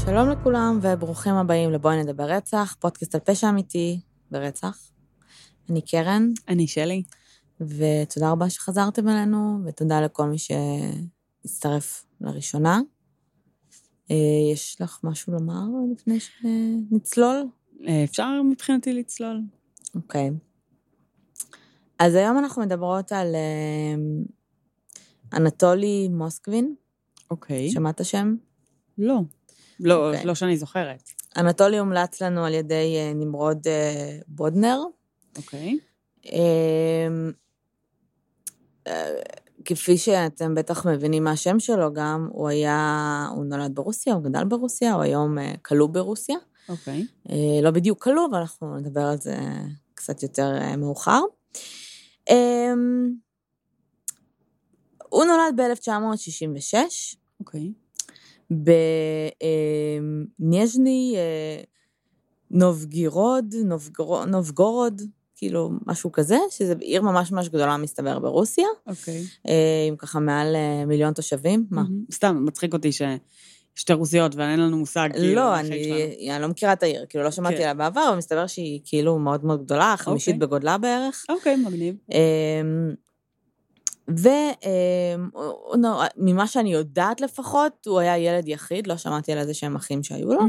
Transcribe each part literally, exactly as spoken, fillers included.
שלום לכולם וברוכים הבאים לבואי נדבר רצח, פודקאסט על פשע אמיתי ברצח. אני קרן. אני שלי. ותודה רבה שחזרתם אלינו, ותודה לכל מי שהצטרף לראשונה. יש לך משהו לומר לפני שנצלול? אפשר מבחינתי לצלול. אוקיי. אז היום אנחנו מדברות על אנטולי מוסקבין. אוקיי. שמעת השם? לא. לא, לא שאני זוכרת. אנטולי הומלץ לנו על ידי נמרוד בודנר. אוקיי. כפי שאתם בטח מבינים מה השם שלו גם, הוא היה, הוא נולד ברוסיה, הוא גדל ברוסיה, הוא היום כלוא ברוסיה. אוקיי. לא בדיוק כלוא, אבל אנחנו נדבר על זה קצת יותר מאוחר. הוא נולד ב-אלף תשע מאות שישים ושש. אוקיי. בניז'ני נובגירוד, נובגורוד, כאילו משהו כזה, שזה עיר ממש ממש גדולה מסתבר ברוסיה. אוקיי. עם ככה מעל מיליון תושבים. מה? סתם, מצחיק אותי ששתי רוסיות ואין לנו מושג. לא, אני לא מכירה את העיר, כאילו לא שמעתי עליה בעבר, אבל מסתבר שהיא כאילו מאוד מאוד גדולה, חמישית בגודלה בערך. אוקיי, מגניב. וממה שאני יודעת לפחות, הוא היה ילד יחיד, לא שמעתי על איזה שהם אחים שהיו לו,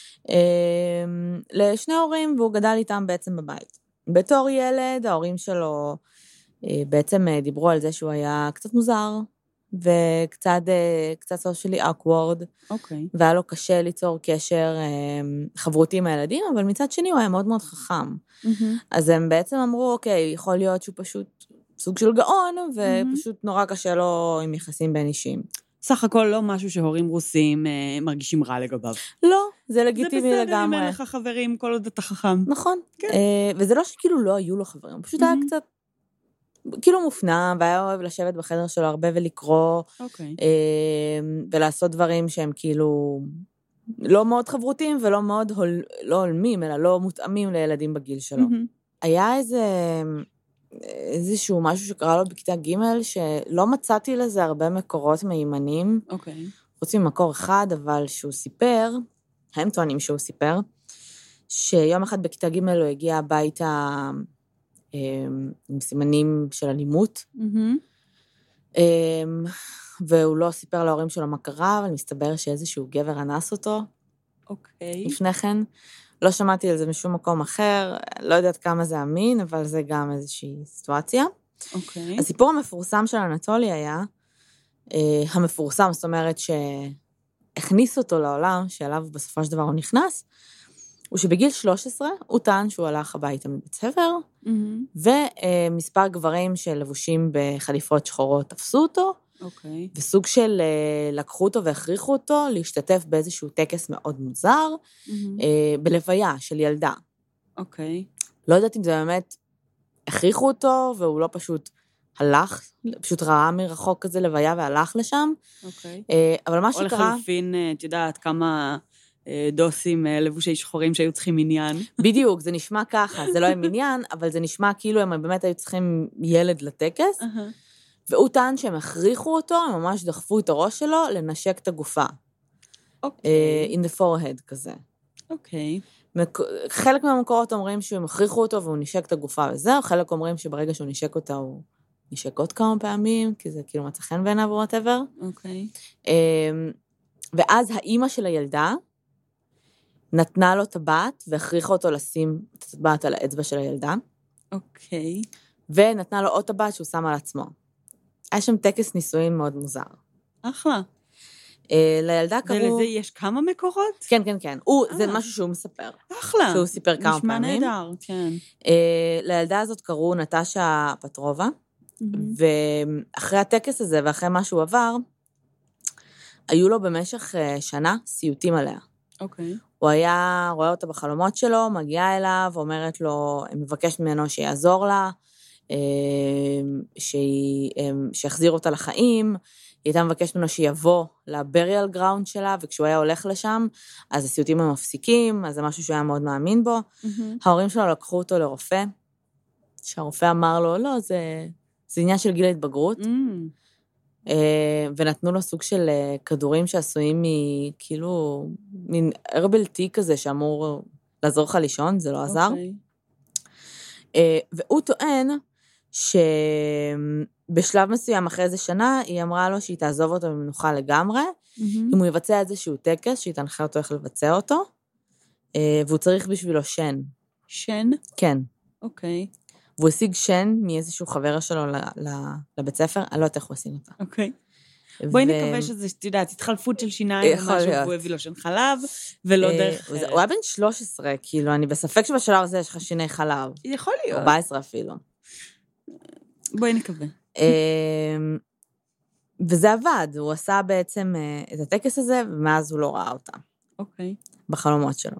לשני הורים, והוא גדל איתם בעצם בבית. בתור ילד, ההורים שלו בעצם דיברו על זה שהוא היה קצת מוזר, וקצת קצת סושיאלי אקוורד, והיה לו קשה ליצור קשר חברותי עם הילדים, אבל מצד שני הוא היה מאוד מאוד חכם. אז הם בעצם אמרו, אוקיי, יכול להיות שהוא פשוט סוג של גאון, ופשוט נורא קשה לו עם יחסים בין אישים. סך הכל לא משהו שהורים רוסים מרגישים רע לגביו. לא, זה לגיטימי לגמרי. זה בסדר אם אין לך חברים כל עוד אתה חכם. נכון. וזה לא שכאילו לא היו לו חברים, פשוט היה קצת, כאילו מופנם, והיה אוהב לשבת בחדר שלו הרבה ולקרוא, ולעשות דברים שהם כאילו לא מאוד חברותיים, ולא מאוד לא הולמים, אלא לא מותאמים לילדים בגיל שלו. היה איזה... איזשהו משהו שקרה לו בכיתה ג' שלא מצאתי לזה הרבה מקורות מהימנים. אוקיי. חוץ ממקור אחד, אבל שהוא סיפר, הם טוענים שהוא סיפר, שיום אחד בכיתה ג' הוא הגיע הביתה עם סימנים של אלימות, והוא לא סיפר להורים שלו מה קרה, אבל מסתבר שאיזשהו גבר אנס אותו. אוקיי. לפני כן. לא שמעתי על זה משום מקום אחר, לא יודעת כמה זה אמין, אבל זה גם איזושהי סיטואציה. אוקיי. הסיפור המפורסם של אנטולי היה, אה, המפורסם, זאת אומרת שהכניס אותו לעולם, שאליו בסופו של דבר הוא נכנס, הוא שבגיל שלוש עשרה הוא טען שהוא הלך הביתה מבית ספר, mm-hmm. ומספר גברים שלבושים בחליפות שחורות תפסו אותו, אוקיי. וסוג של לקחו אותו והכריחו אותו להשתתף באיזשהו טקס מאוד מוזר, mm-hmm. בלוויה של ילדה. אוקיי. לא יודעת אם זה באמת הכריחו אותו, והוא לא פשוט הלך, פשוט ראה מרחוק כזה לוויה והלך לשם. אוקיי. אבל מה שקרה... או לחלופין, את יודעת, כמה דוסים לבושי שחורים שהיו צריכים עניין. בדיוק, זה נשמע ככה, זה לא עם עניין, אבל זה נשמע כאילו הם באמת היו צריכים ילד לטקס, uh-huh. והוא טען שהם הכריחו אותו, הם ממש דחפו את הראש שלו לנשק את הגופה. אוקיי. Okay. Uh, in the forehead כזה. אוקיי. Okay. חלק מהמקורות אומרים שהם הכריחו אותו והוא נשק את הגופה וזהו, חלק אומרים שברגע שהוא נשק אותה הוא נשק עוד כמה פעמים, כי זה כאילו מצא חן בעיניו או whatever. אוקיי. Okay. Uh, ואז האימא של הילדה נתנה לו טבעת והכריחה אותו לשים את הטבעת על האצבע של הילדה. אוקיי. Okay. ונתנה לו עוד טבעת שהוא שם על עצמו. היה שם טקס נישואים מאוד מוזר. אחלה. Uh, לילדה קראו... ולזה יש כמה מקורות? כן, כן, כן. הוא, זה משהו שהוא מספר. אחלה. שהוא סיפר כמה פעמים. נשמע נהדר, כן. Uh, לילדה הזאת קראו נטשה פטרובה, mm-hmm. ואחרי הטקס הזה ואחרי מה שהוא עבר, היו לו במשך uh, שנה סיוטים עליה. אוקיי. Okay. הוא היה רואה אותה בחלומות שלו, מגיעה אליו, אומרת לו, מבקש ממנו שיעזור לה, שיחזיר אותה לחיים, היא הייתה מבקשת ממנו שיבוא לבריאל גראונד שלה, וכשהוא היה הולך לשם, אז הסיוטים הם מפסיקים, אז זה משהו שהוא היה מאוד מאמין בו. Mm-hmm. ההורים שלו לקחו אותו לרופא, שהרופא אמר לו, לא, זה, זה עניין של גיל ההתבגרות. Mm-hmm. ונתנו לו סוג של כדורים שעשויים מכאילו, מין הרבל טי כזה שאמור לעזור לך לישון, זה לא עזר. והוא טוען שבשלב מסוים אחרי איזה שנה, היא אמרה לו שהיא תעזוב אותו במנוחה לגמרי, אם הוא יבצע איזשהו טקס, שהיא תנחה אותו איך לבצע אותו, והוא צריך בשבילו שן. שן? כן. אוקיי. והוא השיג שן מאיזשהו חבר שלו לבית ספר, אני לא יודעת איך הוא השיג אותה. אוקיי. בואי נקווה שזה, תדעת, התחלפות של שיניים, או משהו, והוא הביא לו שן חלב, ולא דרך אחרת. הוא היה בן שלוש עשרה, כאילו, אני בספק שבשלב הזה יש לך שיני חלב. יכול להיות. ארבע עשרה אפילו. בואי נקווה. וזה עבד, הוא עשה בעצם את הטקס הזה, ומאז הוא לא ראה אותה. אוקיי. בחלומות שלו.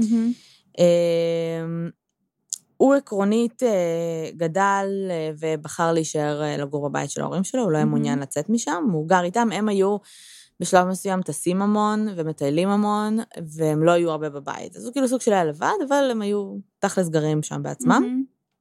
הוא עקרונית גדל ובחר להישאר לגור בבית של ההורים שלו, הוא לא היה מעוניין לצאת משם, הוא גר איתם, הם היו בשלב מסוים טסים המון ומטיילים המון, והם לא היו הרבה בבית. אז הוא כאילו סוג של היה לבד, אבל הם היו תכלס גרים שם בעצמם.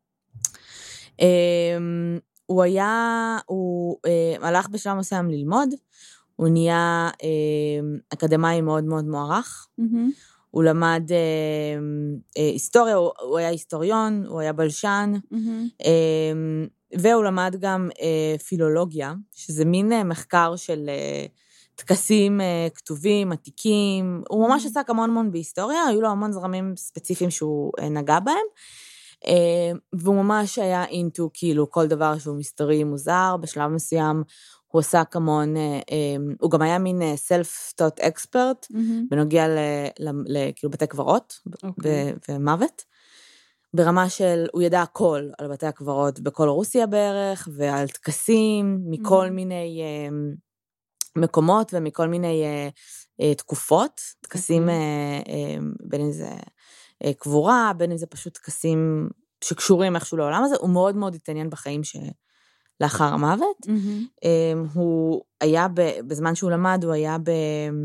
הוא היה, הוא הלך בשלב מסוים ללמוד, הוא נהיה אקדמאי מאוד מאוד מוערך, הוא למד אה, אה, היסטוריה, הוא, הוא היה היסטוריון, הוא היה בלשן, mm-hmm. אה, והוא למד גם אה, פילולוגיה, שזה מין אה, מחקר של אה, תקסים אה, כתובים, עתיקים, mm-hmm. הוא ממש עסק המון המון בהיסטוריה, היו לו המון זרמים ספציפיים שהוא אה, נגע בהם, אה, והוא ממש היה אינטו כאילו כל דבר שהוא מסתורי מוזר, בשלב מסוים, הוא עשה כמון, הוא גם היה מין self-taught expert, בנוגע כאילו בתי קברות ומוות, ברמה של, הוא ידע הכל על בתי הקברות בכל רוסיה בערך, ועל תקסים מכל מיני מקומות ומכל מיני תקופות, תקסים בין אם זה קבורה, בין אם זה פשוט תקסים שקשורים איכשהו לעולם הזה, הוא מאוד מאוד התעניין בחיים ש... לאחר המוות, mm-hmm. הוא היה, בזמן שהוא למד, הוא היה ב,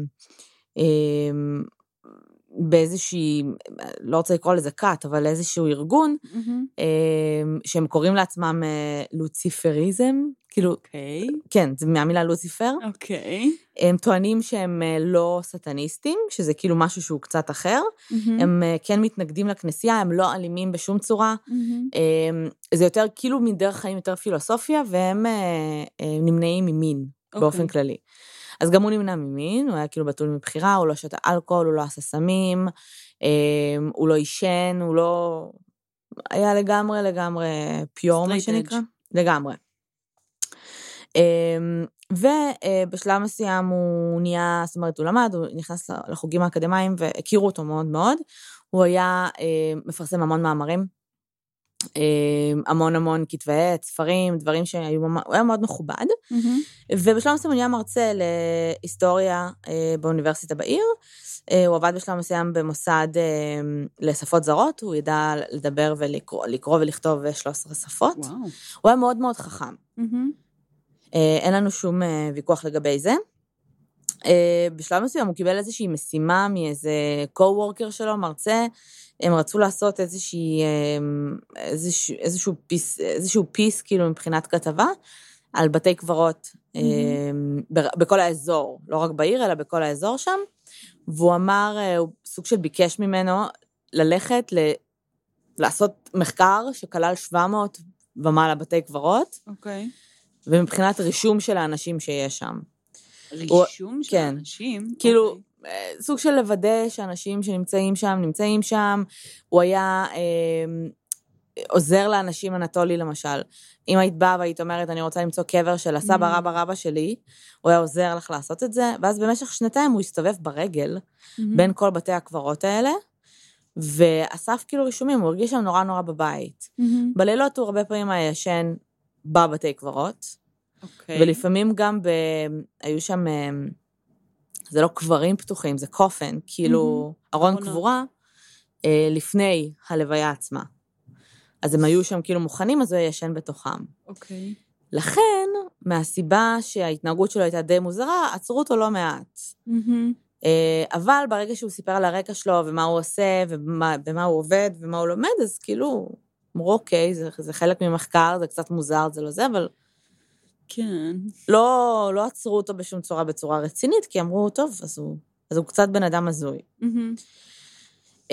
באיזושהי, לא רוצה לקרוא לזה קאט, אבל איזשהו ארגון, mm-hmm. שהם קוראים לעצמם לוציפריזם, כאילו, okay. כן, זה מהמילה לוציפר, okay. הם טוענים שהם לא סטניסטים, שזה כאילו משהו שהוא קצת אחר, mm-hmm. הם כן מתנגדים לכנסייה, הם לא אלימים בשום צורה, mm-hmm. זה יותר כאילו מדרך חיים יותר פילוסופיה, והם נמנעים ממין, okay. באופן כללי. אז גם הוא נמנע ממין, הוא היה כאילו בתול מבחירה, הוא לא שתה אלכוהול, הוא לא עשה סמים, הוא לא ישן, הוא לא... היה לגמרי, לגמרי פיור, מה שנקרא. לגמרי. ובשלב מסוים הוא נהיה, זאת אומרת, הוא למד, הוא נכנס לחוגים האקדמיים, והכירו אותו מאוד מאוד. הוא היה מפרסם המון מאמרים, המון המון כתבי עת, ספרים, דברים שהיו, הוא היה מאוד מכובד, ובשלב מסוים הוא נהיה מרצה להיסטוריה באוניברסיטה בעיר, הוא עבד בשלב מסוים במוסד לשפות זרות, הוא ידע לדבר ולקרוא, לקרוא ולכתוב שלוש עשרה שפות, וואו. הוא היה מאוד מאוד חכם. אין לנו שום ויכוח לגבי זה. בשלב מסוים הוא קיבל איזושהי משימה מאיזה קו-וורקר שלו, מרצה, הם רצו לעשות איזושהי, איזשהו, איזשהו פיס, איזשהו פיס, כאילו מבחינת כתבה, על בתי קברות mm-hmm. בכל האזור, לא רק בעיר, אלא בכל האזור שם, והוא אמר, הוא סוג של ביקש ממנו ללכת ל... לעשות מחקר שכלל שבע מאות ומעלה בתי קברות, אוקיי. Okay. ומבחינת רישום של האנשים שיש שם. רישום הוא, של כן. האנשים? כאילו, אוקיי. סוג של לוודא שאנשים שנמצאים שם, נמצאים שם, הוא היה אה, עוזר לאנשים אנטולי למשל. אם היית באה והיית אומרת, אני רוצה למצוא קבר של הסבא רבא רבא שלי, הוא היה עוזר לך לעשות את זה, ואז במשך שנתיים הוא הסתובב ברגל, mm-hmm. בין כל בתי הקברות האלה, ואסף כאילו רישומים, הוא הרגיש שם נורא נורא בבית. Mm-hmm. בלילות הוא הרבה פעמים היה ישן בבתי קברות, okay. ולפעמים גם ב... היו שם, זה לא קברים פתוחים, זה קופן, כאילו mm-hmm. ארון oh, קבורה, no. לפני הלוויה עצמה. אז הם היו שם כאילו מוכנים, אז הוא ישן בתוכם. אוקיי. Okay. לכן, מהסיבה שההתנהגות שלו הייתה די מוזרה, עצרו אותו לא מעט. Mm-hmm. אבל ברגע שהוא סיפר על הרקע שלו, ומה הוא עושה, ומה, ומה הוא עובד, ומה הוא לומד, אז כאילו, אמרו, אוקיי, זה, זה חלק ממחקר, זה קצת מוזר, זה לא זה, אבל כן. לא, לא עצרו אותו בשום צורה בצורה רצינית, כי אמרו, טוב, אז הוא, אז הוא קצת בן אדם הזוי. Mm-hmm.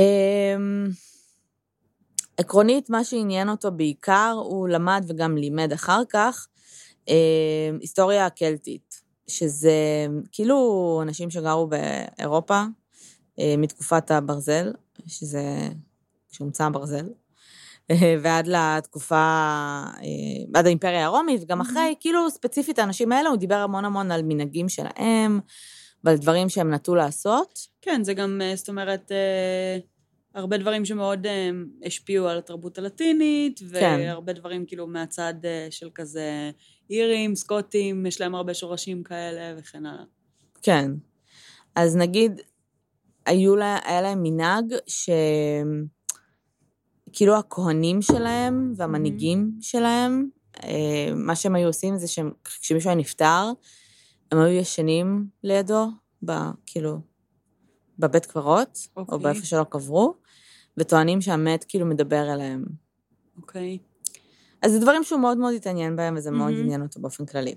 עקרונית, מה שעניין אותו בעיקר, הוא למד וגם לימד אחר כך, היסטוריה הקלטית, שזה כאילו אנשים שגרו באירופה, מתקופת הברזל, שזה כשהומצא הברזל, ועד לתקופה, עד האימפריה הרומית, וגם אחרי, כאילו ספציפית האנשים האלה, הוא דיבר המון המון על מנהגים שלהם, ועל דברים שהם נטו לעשות. כן, זה גם, זאת אומרת, הרבה דברים שמאוד השפיעו על התרבות הלטינית, והרבה דברים כאילו מהצד של כזה אירים, סקוטים, יש להם הרבה שורשים כאלה וכן הלאה. כן. אז נגיד, היו לה, היה להם מנהג ש... כאילו הכהנים שלהם והמנהיגים mm-hmm. שלהם, מה שהם היו עושים זה שכשמישהו היה נפטר, הם היו ישנים לידו, ב, כאילו, בבית קברות, okay. או באיפה שלא קברו, וטוענים שהמת כאילו מדבר אליהם. אוקיי. Okay. אז זה דברים שהוא מאוד מאוד התעניין בהם, וזה mm-hmm. מאוד עניין אותו באופן כללי.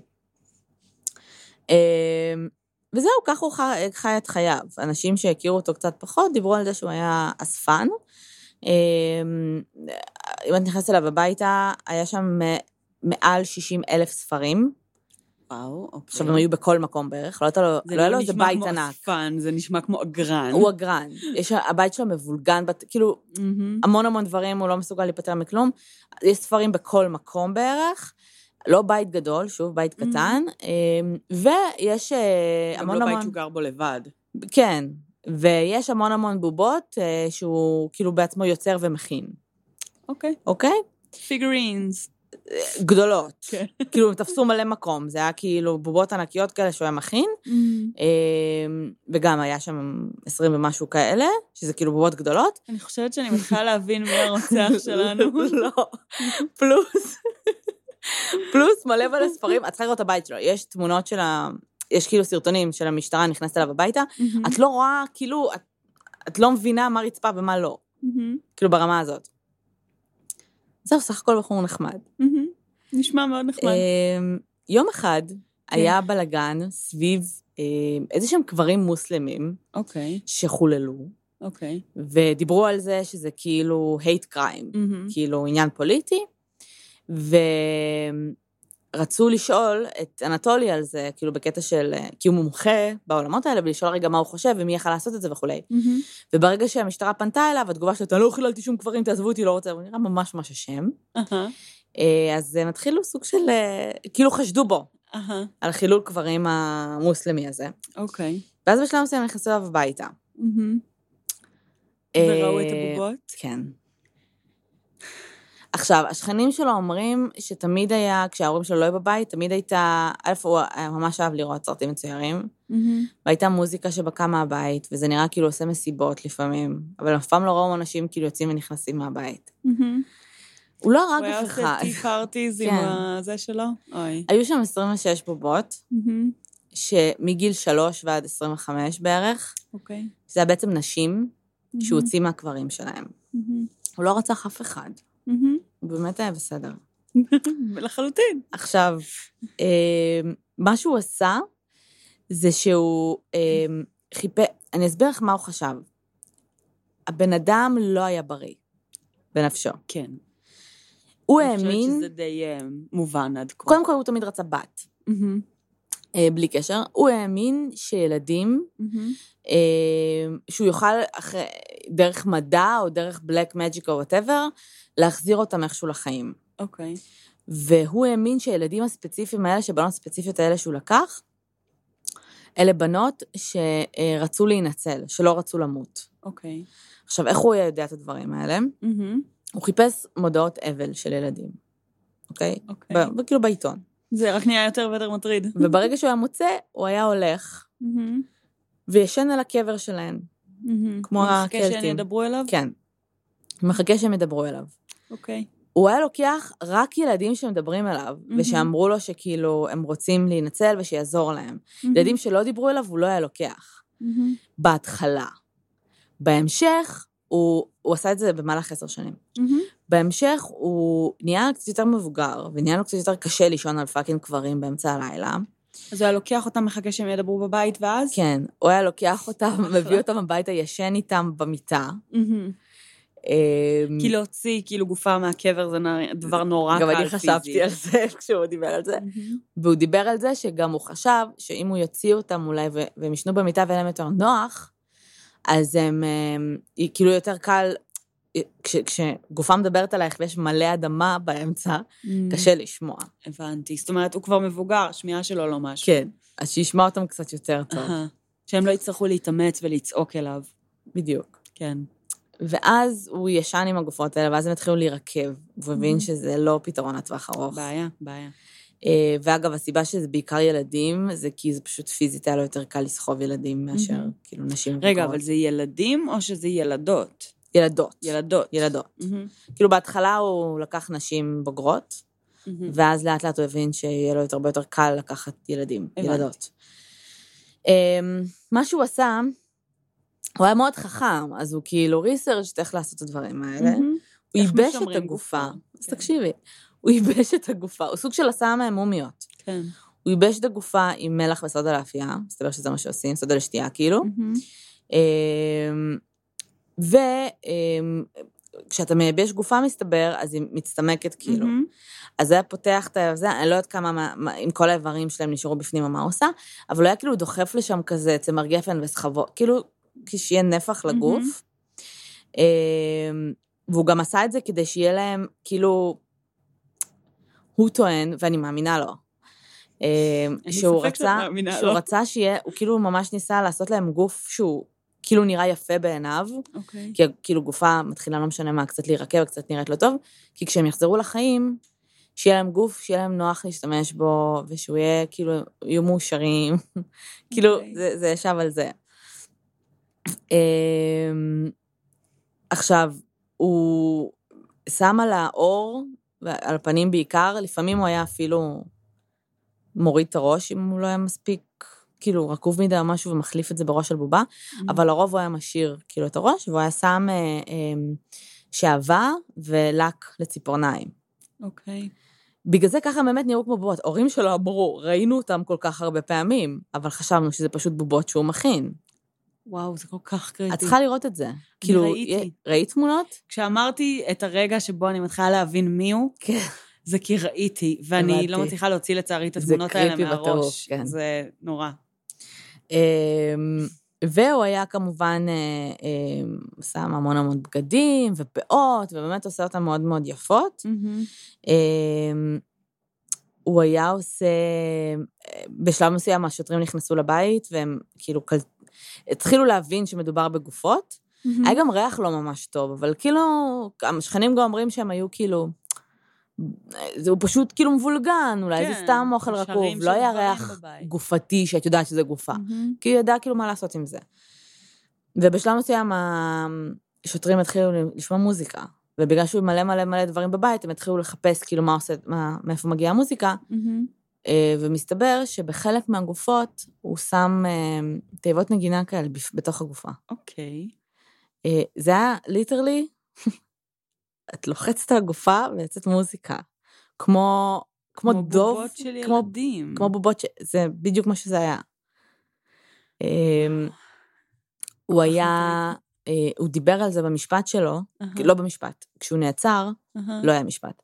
וזהו, כך הוא חי, חי את חייו. אנשים שהכירו אותו קצת פחות, דיברו על זה שהוא היה אספן. אם את נכנסת אליו הביתה, היה שם מעל שישים אלף ספרים. וואו, אוקיי. עכשיו הם היו בכל מקום בערך, לא היה לו איזה בית ענק. אספן, זה נשמע כמו אגרן. הוא אגרן. יש, הבית שלו מבולגן, כאילו, המון המון דברים, הוא לא מסוגל להיפטר מכלום. יש ספרים בכל מקום בערך. לא בית גדול, שוב, בית קטן, ויש המון המון... גם לא בית שהוא גר בו לבד. כן, ויש המון המון בובות שהוא כאילו בעצמו יוצר ומכין. אוקיי. אוקיי? פיגרינס. גדולות. כן. כאילו, הם תפסו מלא מקום, זה היה כאילו בובות ענקיות כאלה שהוא היה מכין, וגם היה שם עשרים ומשהו כאלה, שזה כאילו בובות גדולות. אני חושבת שאני מתחילה להבין מי הרוצח שלנו. לא, פלוס... פלוס מלא מלא ספרים, את צריכה לראות את הבית שלו, יש תמונות של ה... יש כאילו סרטונים של המשטרה נכנסת אליו הביתה, את לא רואה, כאילו, את, את לא מבינה מה רצפה ומה לא, כאילו ברמה הזאת. זהו, סך הכל בחור נחמד. נשמע מאוד נחמד. יום אחד היה בלגן סביב איזה שהם קברים מוסלמים, שחוללו, ודיברו על זה שזה כאילו hate crime, כאילו עניין פוליטי, ורצו לשאול את אנטולי על זה, כאילו בקטע של, כי הוא מומחה בעולמות האלה, ולשאול רגע מה הוא חושב, ומי יכל לעשות את זה וכו'. Mm-hmm. וברגע שהמשטרה פנתה אליו, התגובה שלו, אני לא חיללתי שום קברים, תעזבו אותי, לא רוצה, הוא נראה ממש ממש השם. Uh-huh. אז נתחילו סוג של, כאילו חשדו בו, uh-huh. על חילול קברים המוסלמי הזה. אוקיי. Okay. ואז בשלב מסוים נכנסו אליו הביתה. Mm-hmm. וראו את הבובות? כן. עכשיו, השכנים שלו אומרים שתמיד היה, כשההורים שלו לא היו בבית, תמיד הייתה, אלף הוא ממש אהב לראות סרטים מצוירים, mm-hmm. והייתה מוזיקה שבקעה מהבית, וזה נראה כאילו עושה מסיבות לפעמים, אבל אף פעם לא ראו אנשים כאילו יוצאים ונכנסים מהבית. Mm-hmm. הוא לא הרג אף אחד. הוא היה עושה טי פארטיז עם הזה שלו? אוי. היו שם עשרים ושש בובות, mm-hmm. שמגיל שלוש ועד עשרים וחמש בערך, אוקיי. Okay. זה היה בעצם נשים mm-hmm. שהוצאים מהקברים שלהם. Mm-hmm. הוא לא רצח אף אחד. הוא באמת היה בסדר. לחלוטין. עכשיו, מה שהוא עשה, זה שהוא חיפה, אני אסביר לך מה הוא חשב. הבן אדם לא היה בריא, בנפשו. כן. הוא האמין... אני חושבת שזה די מובן עד כה. קודם כל הוא תמיד רצה בת. בלי קשר. הוא האמין שילדים, שהוא יוכל דרך מדע או דרך בלק מג'יק או whatever, להחזיר אותם איכשהו לחיים. אוקיי. והוא האמין שילדים הספציפיים האלה, שבנות ספציפיות האלה שהוא לקח, אלה בנות שרצו להינצל, שלא רצו למות. אוקיי. עכשיו, איך הוא יודע את הדברים האלה? הוא חיפש מודעות אבל של ילדים. אוקיי? אוקיי. וכאילו בעיתון. זה רק נהיה יותר ויותר מטריד. וברגע שהוא היה מוצא, הוא היה הולך, וישן על הקבר שלהן. כמו הקלטים. מחכה שהם ידברו אליו? כן. מחכה שהם ידברו אליו. אוקיי. הוא היה לוקח רק ילדים שמדברים אליו, ושאמרו לו שכאילו הם רוצים להינצל ושיעזור להם. ילדים שלא דיברו אליו, הוא לא היה לוקח. בהתחלה. בהמשך, הוא, הוא עשה את זה במהלך עשר שנים. בהמשך הוא נהיה קצת יותר מבוגר, ונהיה לו קצת יותר קשה לישון על פאקינג קברים באמצע הלילה. אז הוא היה לוקח אותם מחכה שהם ידברו בבית ואז? כן, הוא היה לוקח אותם, מביא אותם הביתה, ישן איתם במיטה. כי להוציא כאילו גופה מהקבר זה דבר נורא קל פיזית. גם אני פיזית. חשבתי על זה כשהוא דיבר על זה. והוא דיבר על זה שגם הוא חשב שאם הוא יוציא אותם אולי והם ישנו במיטה ואין להם יותר נוח, אז הם כאילו יותר קל, כשגופה מדברת עלייך ויש מלא אדמה באמצע, קשה לשמוע. הבנתי. זאת אומרת, הוא כבר מבוגר, שמיעה שלו לא משהו. כן, אז שישמע אותם קצת יותר טוב. שהם לא יצטרכו להתאמץ ולצעוק אליו. בדיוק. כן. ואז הוא ישן עם הגופות האלה, ואז הם התחילו להירקב. הוא הבין שזה לא פתרון לטווח ארוך. בעיה, בעיה. ואגב, הסיבה שזה בעיקר ילדים, זה כי זה פשוט פיזית היה לו יותר קל לסחוב ילדים מאשר כאילו נשים. רגע, אבל זה ילדים או שזה ילדות? ילדות. ילדות. ילדות. כאילו בהתחלה הוא לקח נשים בוגרות, ואז לאט לאט הוא הבין שיהיה לו הרבה יותר קל לקחת ילדים, ילדות. מה שהוא עשה, הוא היה מאוד חכם, אז הוא כאילו ריסרצ' איך לעשות את הדברים האלה. הוא ייבש את הגופה. אז תקשיבי. הוא ייבש את הגופה. הוא סוג של עשה מהם מומיות. כן. הוא ייבש את הגופה עם מלח וסודה לאפייה, מסתבר שזה מה שעושים, סודה לשתייה כאילו. וכשאתה מייבש גופה מסתבר, אז היא מצטמקת כאילו. אז זה היה פותח את זה, אני לא יודעת כמה, עם כל האיברים שלהם נשארו בפנים מה עושה, אבל הוא היה כאילו דוחף לשם כזה צמר גפן וסחבות, כאילו כשיהיה נפח לגוף. והוא גם עשה את זה כדי שיהיה להם, כאילו, הוא טוען, ואני מאמינה לו, שהוא רצה, שהוא רצה שיהיה, הוא כאילו ממש ניסה לעשות להם גוף שהוא כאילו נראה יפה בעיניו, כי כאילו גופה מתחילה לא משנה מה, קצת להירקב, קצת נראית לא טוב, כי כשהם יחזרו לחיים, שיהיה להם גוף, שיהיה להם נוח להשתמש בו, ושהוא יהיה כאילו, יהיו מאושרים, כאילו זה ישב על זה. עכשיו, הוא שם על האור, על הפנים בעיקר, לפעמים הוא היה אפילו מוריד את הראש, אם הוא לא היה מספיק, כאילו, רקוב מדי או משהו, ומחליף את זה בראש של בובה, אבל לרוב הוא היה משאיר, כאילו, את הראש, והוא היה שם שעבה ולק לציפורניים. אוקיי. בגלל זה ככה באמת נראו כמו בובות. הורים שלו אמרו, ראינו אותם כל כך הרבה פעמים, אבל חשבנו שזה פשוט בובות שהוא מכין. וואו, זה כל כך קריטי. את צריכה לראות את זה. כאילו, ראיתי. ראית תמונות? כשאמרתי את הרגע שבו אני מתחילה להבין מי הוא, כן. זה כי ראיתי, ואני לא מצליחה להוציא לצערי את התמונות האלה מהראש. כן. זה נורא. והוא היה כמובן, שם המון המון בגדים ופאות, ובאמת עושה אותם מאוד מאוד יפות. הוא היה עושה, בשלב מסוים השוטרים נכנסו לבית, והם כאילו התחילו להבין שמדובר בגופות. היה גם ריח לא ממש טוב, אבל כאילו, השכנים גם אומרים שהם היו כאילו, הוא פשוט כאילו מבולגן, אולי זה סתם אוכל רקוב, לא היה ריח גופתי שאת יודעת שזה גופה, כי הוא ידע כאילו מה לעשות עם זה. ובשלב מסוים השוטרים התחילו לשמוע מוזיקה, ובגלל שהוא מלא מלא מלא דברים בבית, הם התחילו לחפש כאילו מה עושה, מאיפה מגיעה המוזיקה, ומסתבר שבחלק מהגופות הוא שם תיבות נגינה כאלה בתוך הגופה. אוקיי. זה היה ליטרלי, את לוחצת על הגופה ויצאת מוזיקה. כמו, כמו, כמו דוב. בובות של ילדים. כמו, כמו בובות, ש... זה בדיוק מה שזה היה. הוא היה, הוא דיבר על זה במשפט שלו, לא במשפט, כשהוא נעצר, לא היה משפט.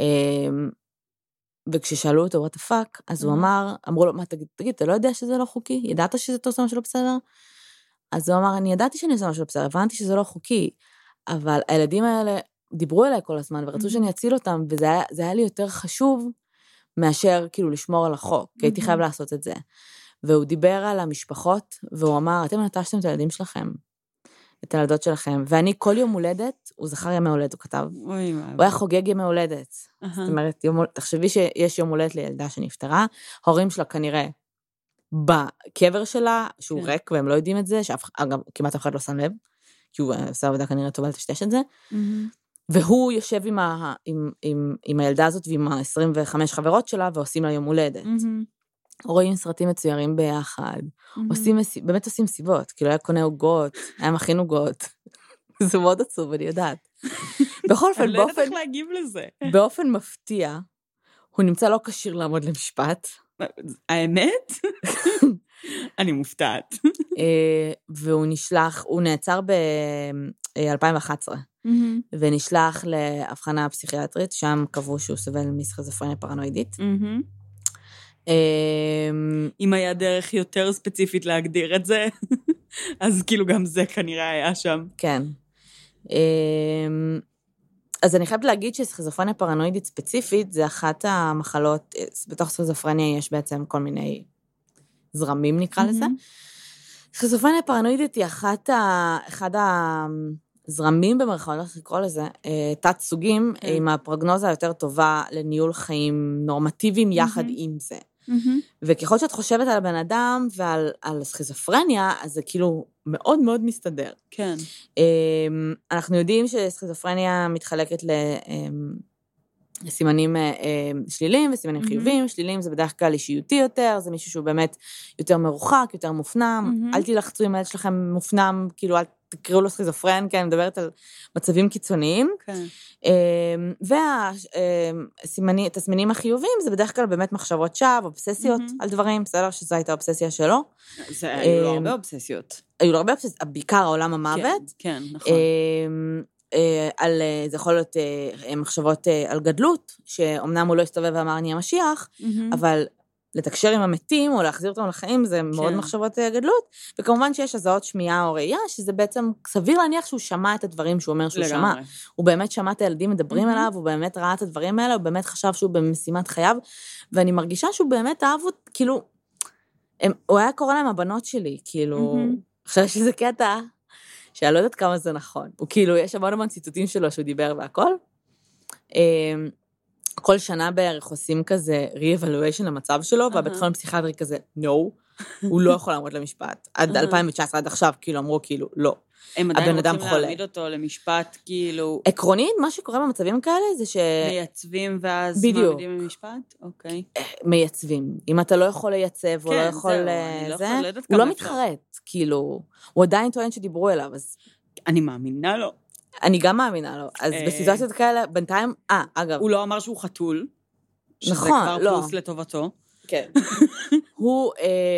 וכששאלו אותו, what the fuck, אז הוא אמר, אמרו לו, מה, תגיד, תגיד, אתה לא יודע שזה לא חוקי? ידעת שזה אתה עושה משהו לא בסדר? אז הוא אמר, אני ידעתי שאני עושה משהו לא בסדר, הבנתי שזה לא חוקי, אבל הילדים האלה דיברו אליי כל הזמן, ורצו שאני אציל אותם, וזה היה, זה היה לי יותר חשוב, מאשר כאילו לשמור על החוק, כי הייתי חייב לעשות את זה. והוא דיבר על המשפחות, והוא אמר, אתם נטשתם את הילדים שלכם, את הילדות שלכם, ואני כל יום הולדת, הוא זכר ימי הולדת, הוא כתב, הוא היה חוגג ימי הולדת, זאת אומרת, תחשבי שיש יום הולדת לילדה שנפטרה, ההורים שלה כנראה, בקבר שלה, שהוא ריק, והם לא יודעים את זה, שאגב, כמעט אף אחד לא שם לב, כי הוא עושה עבודה כנראה טובה לטשטש את זה, והוא יושב עם, ה, עם, עם, עם הילדה הזאת ועם ה-עשרים וחמש חברות שלה, ועושים לה יום הולדת. רואים סרטים מצוירים ביחד, עושים, באמת עושים סיבות, כאילו היה קונה עוגות, היה מכין עוגות, זה מאוד עצוב, אני יודעת. בכל אופן, אני לא יודעת באופן, איך להגיב לזה. באופן מפתיע, הוא נמצא לא כשיר לעמוד למשפט. האמת? אני מופתעת. והוא נשלח, הוא נעצר ב-אלפיים ואחת עשרה, ונשלח להבחנה פסיכיאטרית, שם קבעו שהוא סובל מסכיזופרניה פרנואידית. אם היה דרך יותר ספציפית להגדיר את זה, אז כאילו גם זה כנראה היה שם. כן. אז אני חייבת להגיד שסכיזופרניה פרנואידית ספציפית, זה אחת המחלות, בתוך סכיזופרניה יש בעצם כל מיני זרמים נקרא לזה. סכיזופרניה פרנואידית היא אחת ה... אחד הזרמים במרכאות, איך לקרוא לזה, תת סוגים, עם הפרוגנוזה היותר טובה לניהול חיים נורמטיביים יחד עם זה. וככל שאת חושבת על הבן אדם ועל על סכיזופרניה, אז זה כאילו מאוד מאוד מסתדר. כן. אנחנו יודעים שסכיזופרניה מתחלקת לסימנים שליליים וסימנים חיוביים. שליליים זה בדרך כלל אישיותי יותר, זה מישהו שהוא באמת יותר מרוחק, יותר מופנם. אל תלחצו עם הילד שלכם מופנם, כאילו אל תקראו לו סכיזופרן, כי אני מדברת על מצבים קיצוניים. כן. והתסמינים החיוביים זה בדרך כלל באמת מחשבות שווא, אובססיות על דברים, בסדר שזו הייתה אובססיה שלו. זה היו לו הרבה אובססיות. היו לו הרבה אובססיות, בעיקר העולם המוות. כן, נכון. על, זה יכול להיות מחשבות על גדלות, שאומנם הוא לא הסתובב ואמר אני המשיח, אבל לתקשר עם המתים או להחזיר אותם לחיים, זה מאוד מחשבות גדלות, וכמובן שיש הזעות שמיעה או ראייה, שזה בעצם סביר להניח שהוא שמע את הדברים שהוא אומר שהוא שמע. הוא באמת שמע את הילדים מדברים עליו, הוא באמת ראה את הדברים האלה, הוא באמת חשב שהוא במשימת חייו, ואני מרגישה שהוא באמת אהב, כאילו, הוא היה קורא להם הבנות שלי, כאילו, עכשיו שזה קטע, שאני לא יודעת כמה זה נכון. הוא כאילו, יש המון המון ציטוטים שלו שהוא דיבר והכל. כל שנה בערך עושים כזה re-evaluation למצב שלו, והבית חולים פסיכיאטרי כזה, no, הוא לא יכול לעמוד למשפט. עד אלפיים תשע עשרה, עד עכשיו, כאילו, אמרו כאילו, לא. הם עדיין רוצים להעמיד אותו למשפט, כאילו... עקרונית, מה שקורה במצבים כאלה זה ש... מייצבים ואז מעמידים למשפט? אוקיי. מייצבים. אם אתה לא יכול לייצב, או לא יכול... זה, הוא לא מתחרט, כאילו, הוא עדיין טוען שדיברו אליו, אז... אני מאמינה לו. אני גם מאמינה לו. אז בסיטואציות כאלה, בינתיים... אה, אגב... הוא לא אמר שהוא חתול. נכון, לא. שזה כבר פלוס לטובתו. כן. הוא...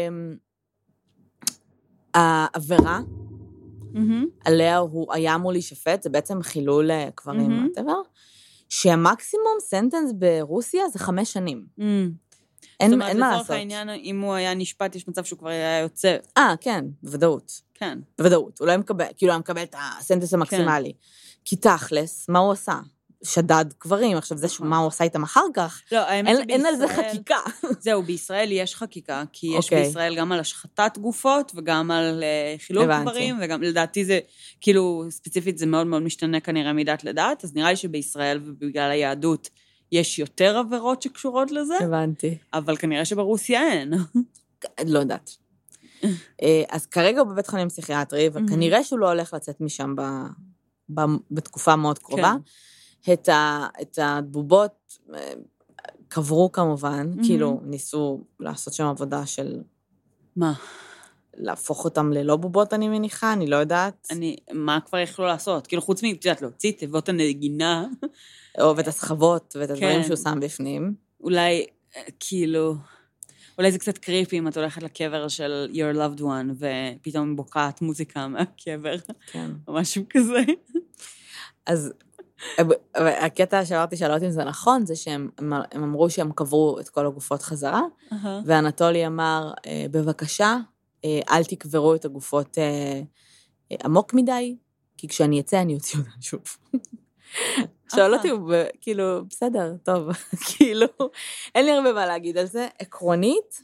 העבירה, עליה הוא היה אמור להישפט, זה בעצם חילול קברים, שהמקסימום סנטנס ברוסיה זה חמש שנים. אין מה לעשות. זאת אומרת, לצורך העניין, אם הוא היה נשפט, יש מצב שהוא כבר היה יוצא. אה, כן, בוודאות. כן. בוודאות. הוא לא מקבל, כאילו, הוא מקבל את הסנטנס המקסימלי. כי תכלס, מה הוא עושה? שדד קברים, עכשיו זה מה הוא עושה איתם אחר כך, אין על זה חקיקה. זהו, בישראל יש חקיקה, כי יש בישראל גם על השחטת גופות, וגם על חילול קברים, וגם לדעתי זה, כאילו, ספציפית זה מאוד מאוד משתנה כנראה מדת לדת, אז נראה לי שבישראל ובגלל היהדות יש יותר עבירות שקשורות לזה. הבנתי. אבל כנראה שברוסיה אין. לא יודעת. אז כרגע הוא בבית חולים פסיכיאטרי, וכנראה שהוא לא הולך לצאת משם בתקופה מאוד קרובה. את, ה, את הדבובות קברו כמובן, mm-hmm. כאילו ניסו לעשות שם עבודה של... מה? להפוך אותם ללא בובות, אני מניחה, אני לא יודעת. אני, מה כבר יכלו לעשות? כאילו חוץ מי, תדעת, להוציא תיבות הנגינה. או ואת הסחבות ואת הדברים כן. שהוא שם בפנים. אולי, כאילו... אולי זה קצת קריפי אם את הולכת לקבר של your loved one, ופתאום בוקעת מוזיקה מהקבר. כן. או משהו כזה. אז... הקטע שאמרתי שאלות אם זה נכון, זה שהם אמרו שהם קברו את כל הגופות חזרה, ואנטולי אמר, בבקשה, אל תקברו את הגופות עמוק מדי, כי כשאני אצא אני אוציא אותן שוב. שאל אותי, כאילו, בסדר, טוב, כאילו, אין לי הרבה מה להגיד על זה. עקרונית,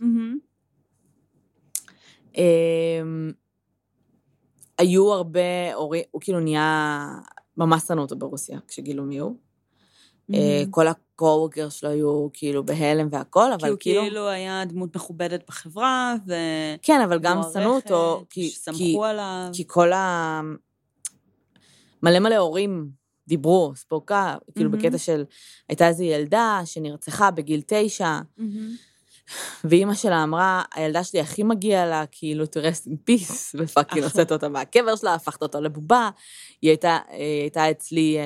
היו הרבה, הוא כאילו נהיה... ממש שנו אותו ברוסיה, כשגילו מי הוא. כל הקו-ווקר שלו היו כאילו בהלם והכל, אבל כאילו... כי הוא כאילו היה דמות מכובדת בחברה, ו... כן, אבל גם שנו אותו, שסמכו עליו. כי כל ה... מלא מלא הורים דיברו, ספוקה, כאילו בקטע של... הייתה איזו ילדה שנרצחה בגיל תשע, ואימא שלה אמרה, הילדה שלי הכי מגיעה לה, כאילו, to rest in peace, ופאקינג הוצאת אותה מהקבר שלה, הפכת אותה לבובה, היא הייתה, היא הייתה אצלי,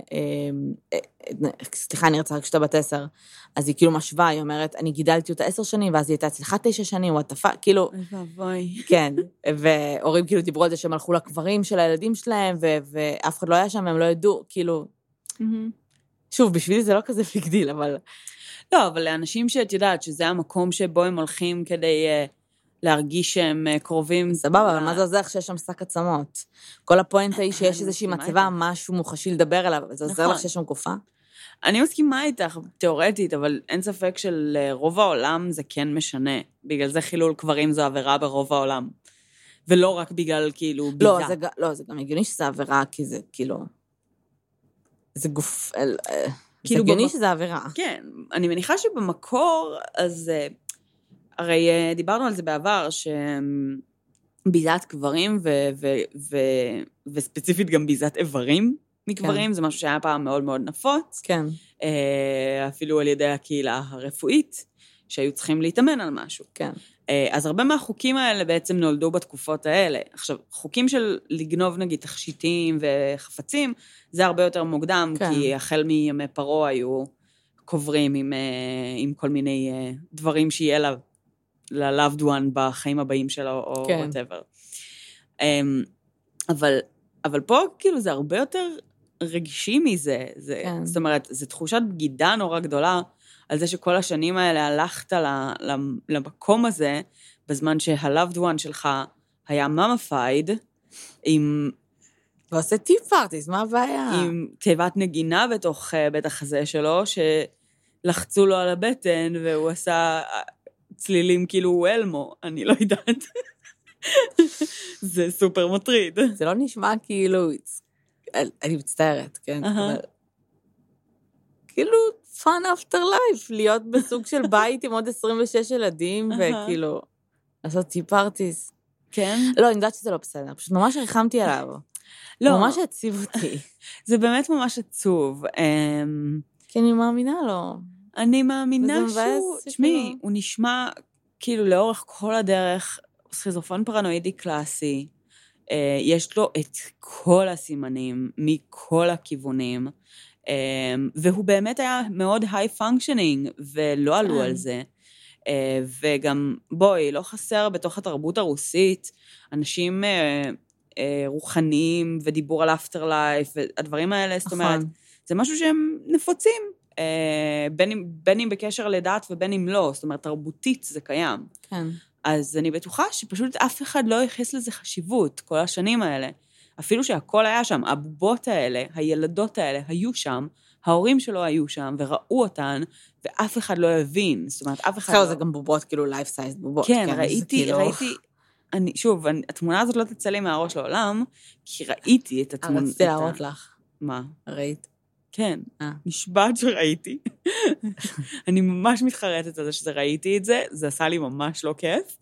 סליחה, אני רצה רק שאתה בת עשר, אז היא כאילו משווה, היא אומרת, אני גידלתי אותה עשר שנים, ואז היא הייתה אצלך תשע שנים, וואטפה, כאילו, כן, והורים כאילו דיברו על זה שהם הלכו לקברים של הילדים שלהם, ואף אחד לא היה שם, והם לא ידעו, כאילו, שוב, בשבילי זה לא כזה ביג דיל, אבל... לא, אבל לאנשים שאת יודעת שזה המקום שבו הם הולכים כדי uh, להרגיש שהם uh, קרובים... סבבה, אבל מה זה עוזר שיש שם שק עצמות? כל הפואנטה היא שיש איזושהי מצבה, משהו מוחשי לדבר עליו, זה עוזר לך שיש שם גופה? אני מסכימה איתך, תיאורטית, אבל אין ספק של רוב העולם זה כן משנה. בגלל זה חילול קברים זו עבירה ברוב העולם. ולא רק בגלל כאילו ביזה. לא, זה, לא, זה גם הגיוני שזה עבירה, כי זה כאילו... זה גוף... כאילו זה הגיוני שזה עבירה. כן, אני מניחה שבמקור, אז הרי דיברנו על זה בעבר, שביזת קברים, ו- ו- ו- וספציפית גם ביזת איברים מקברים, כן. זה משהו שהיה פעם מאוד מאוד נפוץ. כן. אפילו על ידי הקהילה הרפואית, שהיו צריכים להתאמן על משהו. כן. אז הרבה מהחוקים האלה בעצם נולדו בתקופות האלה. עכשיו, חוקים של לגנוב נגיד תכשיטים וחפצים, זה הרבה יותר מוקדם, כן. כי החל מימי פרו היו קוברים עם, עם כל מיני דברים שיהיה לה, ל-loved one בחיים הבאים שלו, או כן. whatever. אבל, אבל פה כאילו זה הרבה יותר רגישי מזה. זה, כן. זאת אומרת, זו תחושת בגידה נורא גדולה, על זה שכל השנים האלה הלכת למקום הזה, בזמן שה-loved one שלך היה ממאפייד, עם... ועושה טיפ פארטיס, מה הבעיה? עם תיבת נגינה בתוך בית החזה שלו, שלחצו לו על הבטן, והוא עשה צלילים כאילו הוא אלמו, אני לא יודעת. זה סופר מטריד. זה לא נשמע כאילו... אני מצטערת, כן? אבל... כאילו... fun after life, להיות בסוג של בית עם עוד עשרים ושש ילדים, וכאילו, לעשות טיפ פארטיס. כן? לא, אני יודעת שזה לא בסדר, פשוט ממש ריחמתי עליו. לא. ממש הציב אותי. זה באמת ממש עצוב. כי אני מאמינה לו. אני מאמינה שהוא, תשמעי, הוא נשמע כאילו לאורך כל הדרך, סכיזופרן פרנואידי קלאסי, יש לו את כל הסימנים, מכל הכיוונים, והוא באמת היה מאוד היי פונקשנינג, ולא עלו על זה. וגם, בואי, לא חסר בתוך התרבות הרוסית, אנשים רוחניים, ודיבור על אפטר לייף, והדברים האלה, זאת אומרת, זה משהו שהם נפוצים, בין אם בקשר לדת ובין אם לא, זאת אומרת, תרבותית זה קיים. כן. אז אני בטוחה שפשוט אף אחד לא ייחס לזה חשיבות, כל השנים האלה. אפילו שהכל היה שם, הבובות האלה, הילדות האלה היו שם, ההורים שלו היו שם, וראו אותן, ואף אחד לא הבין. זאת אומרת, אף אחד לא... זה גם בובות, כאילו לייף סייז בובות. כן, ראיתי, ראיתי, אני, שוב, התמונה הזאת לא תצא לי מהראש לעולם, כי ראיתי את התמונה... רציתי להראות לך. מה? ראית? כן, נשבעת שראיתי. אני ממש מתחרטת על זה שזה ראיתי את זה, זה עשה לי ממש לא כיף.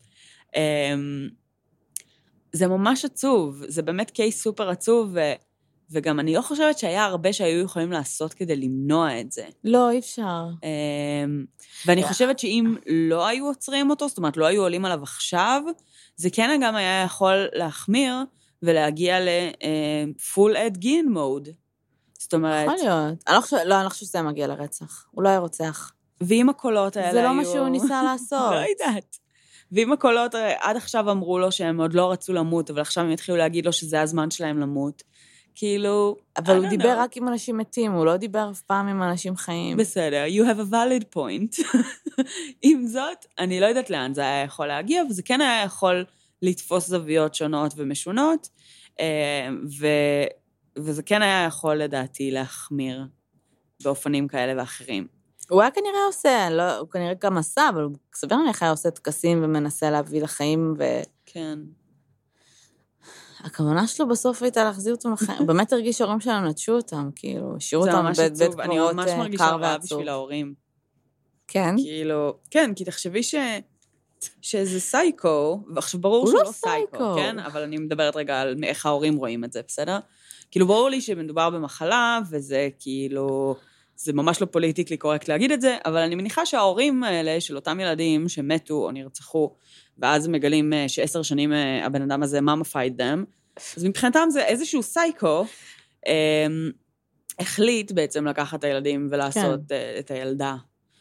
זה ממש עצוב, זה באמת קייס סופר עצוב, ו... וגם אני לא חושבת שהיה הרבה שהיו יכולים לעשות כדי למנוע את זה. לא, אי אפשר. ואני חושבת שאם לא היו עוצרים אותו, זאת אומרת, לא היו עולים עליו עכשיו, זה כן גם היה יכול להחמיר, ולהגיע ל-full ad gain mode. זאת אומרת... יכול להיות. אני לא חושבת, לא, אני לא חושבת שזה מגיע לרצח. הוא לא היה רוצח. ואם הקולות האלה היו... זה לא היו... מה שהוא ניסה לעשות. לא יודעת. ואם הקולות עד עכשיו אמרו לו שהם עוד לא רצו למות, אבל עכשיו הם התחילו להגיד לו שזה הזמן שלהם למות, כאילו... אבל הוא דיבר רק עם אנשים מתים, הוא לא דיבר אף פעם עם אנשים חיים. בסדר, you have a valid point. עם זאת, אני לא יודעת לאן זה היה יכול להגיע, וזה כן היה יכול לתפוס זוויות שונות ומשונות, ו... וזה כן היה יכול לדעתי להחמיר באופנים כאלה ואחרים. הוא היה כנראה עושה, לא, הוא כנראה גם עשה, אבל הוא סביר נניח היה עושה תקסים ומנסה להביא לחיים, ו... כן. הכוונה שלו בסוף הייתה להחזיר אותם לחיים, הוא באמת הרגיש שההורים שלנו נטשו אותם, כאילו, השאירו אותם בבית קברות קר ועצוב. אני ממש מרגישה רעה בשביל ההורים. כן? כאילו, כן, כי תחשבי ש... שזה סייקו, ועכשיו ברור שהוא לא סייקו, כן? אבל אני מדברת רגע על איך ההורים רואים את זה, בסדר? כאילו, ברור לי שמדובר במחלה, וזה כאילו... זה ממש לא פוליטיקלי קורקט להגיד את זה, אבל אני מניחה שההורים האלה של אותם ילדים שמתו או נרצחו, ואז מגלים שעשר שנים הבן אדם הזה mummified them, אז מבחינתם זה איזשהו סייקו, החליט בעצם לקחת את הילדים ולעשות כן. את הילדה,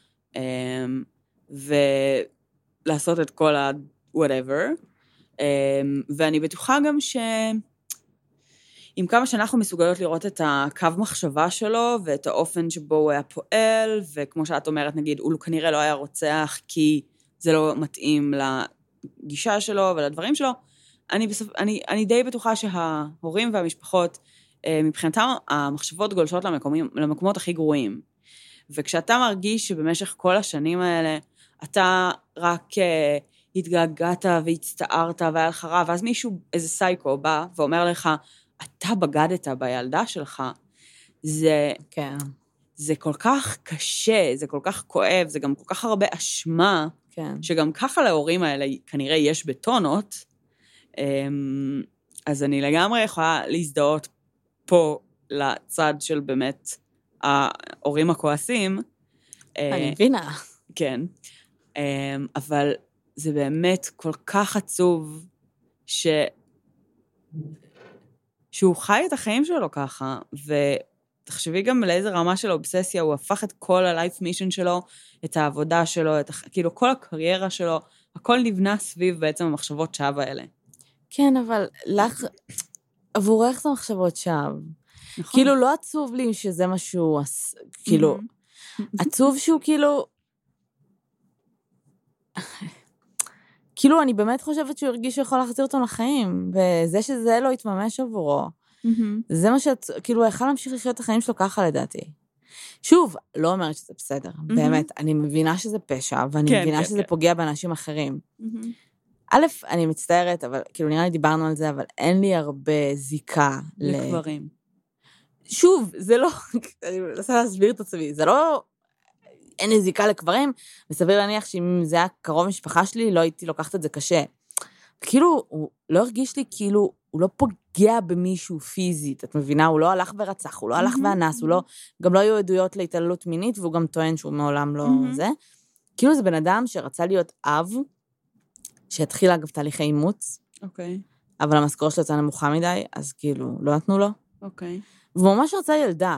ולעשות את כל ה-whatever, ואני בטוחה גם ש... עם כמה שאנחנו מסוגלות לראות את הקו מחשבה שלו, ואת האופן שבו הוא היה פועל, וכמו שאת אומרת, נגיד, הוא כנראה לא היה רוצח, כי זה לא מתאים לגישה שלו ולדברים שלו, אני, בסופ... אני, אני די בטוחה שההורים והמשפחות, מבחינתם, המחשבות גולשות למקומים, למקומות הכי גרועים. וכשאתה מרגיש שבמשך כל השנים האלה, אתה רק התגעגעת והצטערת והיה לך רע, ואז מישהו, איזה סייקו, בא ואומר לך, אתה בגדת בילדה שלך, זה, כן. זה כל כך קשה, זה כל כך כואב, זה גם כל כך הרבה אשמה, כן. שגם ככה להורים האלה כנראה יש בטונות, אז אני לגמרי יכולה להזדהות פה לצד של באמת ההורים הכועסים. אני מבינה. כן. אבל זה באמת כל כך עצוב ש... שהוא חי את החיים שלו ככה, ותחשבי גם לאיזה רמה של אובססיה, הוא הפך את כל ה-life mission שלו, את העבודה שלו, את, כאילו כל הקריירה שלו, הכל נבנה סביב בעצם המחשבות שווא האלה. כן, אבל לך, עבורך זה מחשבות שווא. נכון. כאילו לא עצוב לי שזה משהו, כאילו, עצוב שהוא כאילו, כאילו, אני באמת חושבת שהוא הרגיש שיכול להחזיר אותו לחיים, וזה שזה לא יתממש עבורו. זה מה שאת, כאילו, יכול להמשיך לחיות את החיים שלו ככה לדעתי. שוב, לא אומרת שזה בסדר, באמת, אני מבינה שזה פשע, ואני מבינה שזה פוגע באנשים אחרים. א', אני מצטערת, אבל, כאילו, נראה לי דיברנו על זה, אבל אין לי הרבה זיקה לגברים. שוב, זה לא, אני מנסה להסביר את עצמי, זה לא... אין לי זיקה לקברים, וסביר להניח שאם זה היה קרוב משפחה שלי, לא הייתי לוקחת את זה קשה. כאילו, הוא לא הרגיש לי כאילו, הוא לא פוגע במישהו פיזית, את מבינה? הוא לא הלך ורצח, הוא לא הלך ואנס, הוא לא, גם לא היו עדויות להתעללות מינית, והוא גם טוען שהוא מעולם לא זה. כאילו זה בן אדם שרצה להיות אב, שהתחיל אגב תהליכי אימוץ, אוקיי. אבל המשכורת שלו יצאה נמוכה מדי, אז כאילו, לא נתנו לו. אוקיי. והוא ממש רצה ילדה,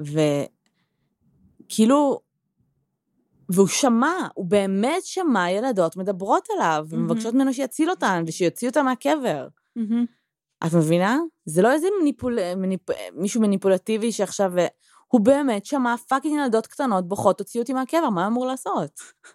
וכאילו, והוא שמע, הוא באמת שמע ילדות מדברות עליו, mm-hmm. ומבקשות ממנו שיציל אותן, ושיוציא אותן מהקבר. Mm-hmm. את מבינה? זה לא איזה מניפול... מניפ... מישהו מניפולטיבי שעכשיו, הוא באמת שמע פאקינג ילדות קטנות, בוכות, תוציאו אותי מהקבר, מה אמור לעשות?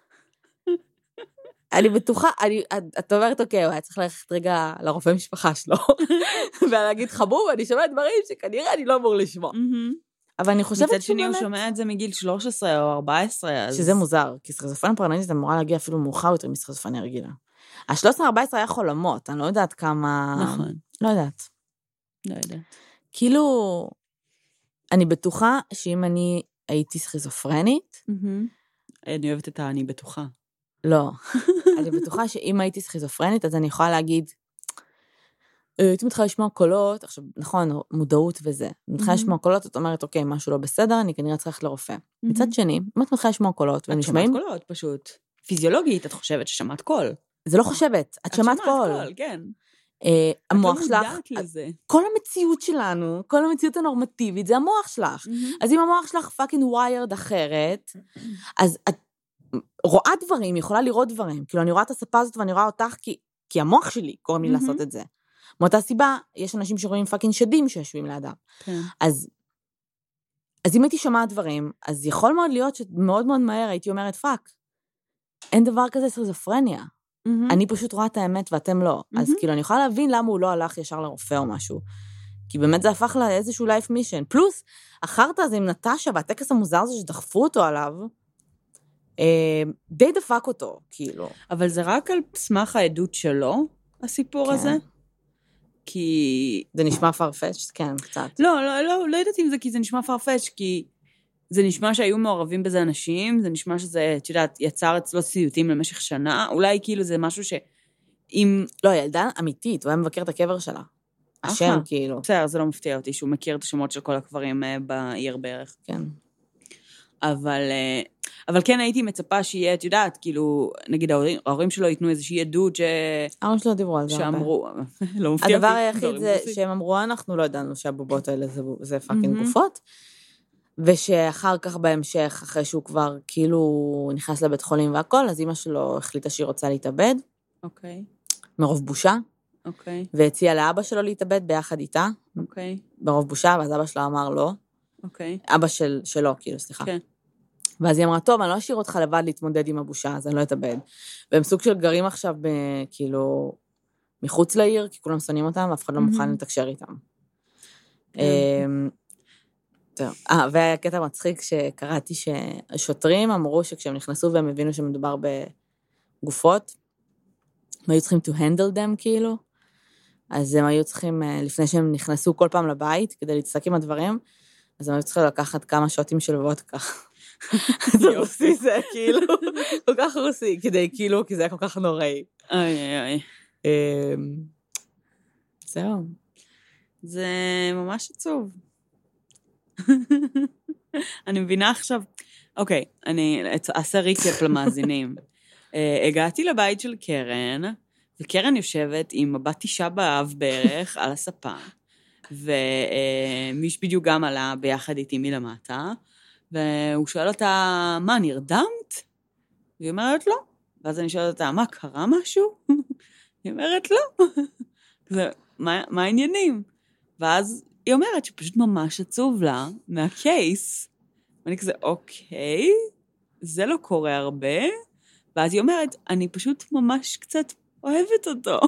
אני בטוחה, אני, את אומרת, אוקיי, הוא היה צריך ללכת רגע לרופא משפחה שלו, ולהגיד, חבוב, אני שומע דברים שכנראה אני לא אמור לשמוע. אבל אני חושבת מצד שני, הוא שומע את זה מגיל שלוש עשרה או ארבע עשרה, אז... שזה מוזר, כי סכיזופרניה פרנואידית אמורה להגיע אפילו מאוחר יותר מסכיזופרניה רגילה. ה-שלוש עשרה ארבע עשרה היה חולמות, אני לא יודעת כמה... נכון. לא יודעת. לא יודעת. כאילו, אני בטוחה שאם אני הייתי סכיזופרנית... אני אוהבת את אני בטוחה. לא. אני בטוחה שאם הייתי סכיזופרנית, אז אני יכולה להגיד... הייתי מתחילה לשמוע קולות, עכשיו, נכון, מודעות וזה. מתחילה לשמוע קולות, את אומרת, אוקיי, משהו לא בסדר, אני כנראה צריך לרופא. מצד שני, אם את מתחילה לשמוע קולות, את שמעת קולות, פשוט. פיזיולוגית, את חושבת ששמעת קול. זה לא חושבת, את שמעת קול. את שמעת קול, כן. המוח שלך, כל המציאות שלנו, כל המציאות הנורמטיבית, זה המוח שלך. אז אם המוח שלך פאקינג וויירד אחרת, אז את רואה דברים, יכולה לראות דברים. כאילו, אני רואה את הספה הזאת ואני רואה אותך, כי המוח שלי קוראים לי לעשות את זה. מאותה סיבה, יש אנשים שרואים פאקינג שדים שיושבים לידם. כן. אז, אז אם הייתי שומעת דברים, אז יכול מאוד להיות שמאוד מאוד מהר הייתי אומרת, פאק, אין דבר כזה סכיזופרניה. Mm-hmm. אני פשוט רואה את האמת ואתם לא. Mm-hmm. אז כאילו, אני יכולה להבין למה הוא לא הלך ישר לרופא או משהו. כי באמת זה הפך לאיזשהו לייף מישן. פלוס, אחרת זה עם נטשה, והטקס המוזר הזה שדחפו אותו עליו, אה, די דפק אותו, כאילו. אבל זה רק על סמך העדות שלו, הסיפור כן. הזה? כי... זה נשמע פרפש, כן, קצת. לא, לא, לא, לא יודעת אם זה כי זה נשמע פרפש, כי זה נשמע שהיו מעורבים בזה אנשים, זה נשמע שזה, את יודעת, יצר אצלו סיוטים למשך שנה, אולי כאילו זה משהו שאם... לא, ילדה אמיתית, הוא היה מבקר את הקבר שלה. השם, כאילו. בסדר, זה לא מפתיע אותי, שהוא מכיר את השמות של כל הקברים בעיר בערך. כן. אבל, אבל כן הייתי מצפה שיהיה, את יודעת, כאילו, נגיד ההורים, ההורים שלו ייתנו איזושהי עדות ש... ההורים שלו דיברו על זה הרבה. שאמרו, לא מפתיע אותי. הדבר היחיד זה שהם אמרו, אנחנו לא ידענו שהבובות האלה זה, זה פאקינג גופות, ושאחר כך בהמשך, אחרי שהוא כבר כאילו נכנס לבית חולים והכל, אז אמא שלו החליטה שהיא רוצה להתאבד. אוקיי. מרוב בושה. אוקיי. והציעה לאבא שלו להתאבד ביחד איתה. אוקיי. מרוב בושה, ואז אבא שלו אמר לא. אוקיי. אבא של, שלו, כאילו, סליחה. כן. ואז היא אמרה, טוב, אני לא אשאיר אותך לבד להתמודד עם הבושה, אז אני לא אתאבד. והם סוג של גרים עכשיו, ב, כאילו, מחוץ לעיר, כי כולם שונאים אותם, ואף אחד לא מוכן לתקשר איתם. טוב, אה, והיה קטע מצחיק שקראתי שהשוטרים אמרו שכשהם נכנסו והם הבינו שמדובר בגופות, הם היו צריכים to handle them, כאילו, אז הם היו צריכים, לפני שהם נכנסו כל פעם לבית, כדי להתעסק עם הדברים, אז הם היו צריכים לקחת כמה שוטים של וודקה. זה רוסי זה, כאילו, כל כך רוסי, כדי, כאילו, כי זה היה כל כך נוראי. אוי, אוי, אוי. זהו. זה ממש עצוב. אני מבינה עכשיו, אוקיי, אני אעשה ריקאפ למאזינים. הגעתי לבית של קרן, וקרן יושבת עם מבט אישה באב בערך על הספה, ומיש בדיוק גם עלה ביחד איתי מלמטה, והוא שואל אותה, מה, נרדמת? והיא אומרת, לא. ואז אני שואלת אותה, מה, קרה משהו? היא אומרת, לא. זה, מה, מה העניינים? ואז היא אומרת שפשוט ממש עצוב לה מהקייס, ואני כזה, אוקיי, זה לא קורה הרבה, ואז היא אומרת, אני פשוט ממש קצת אוהבת אותו.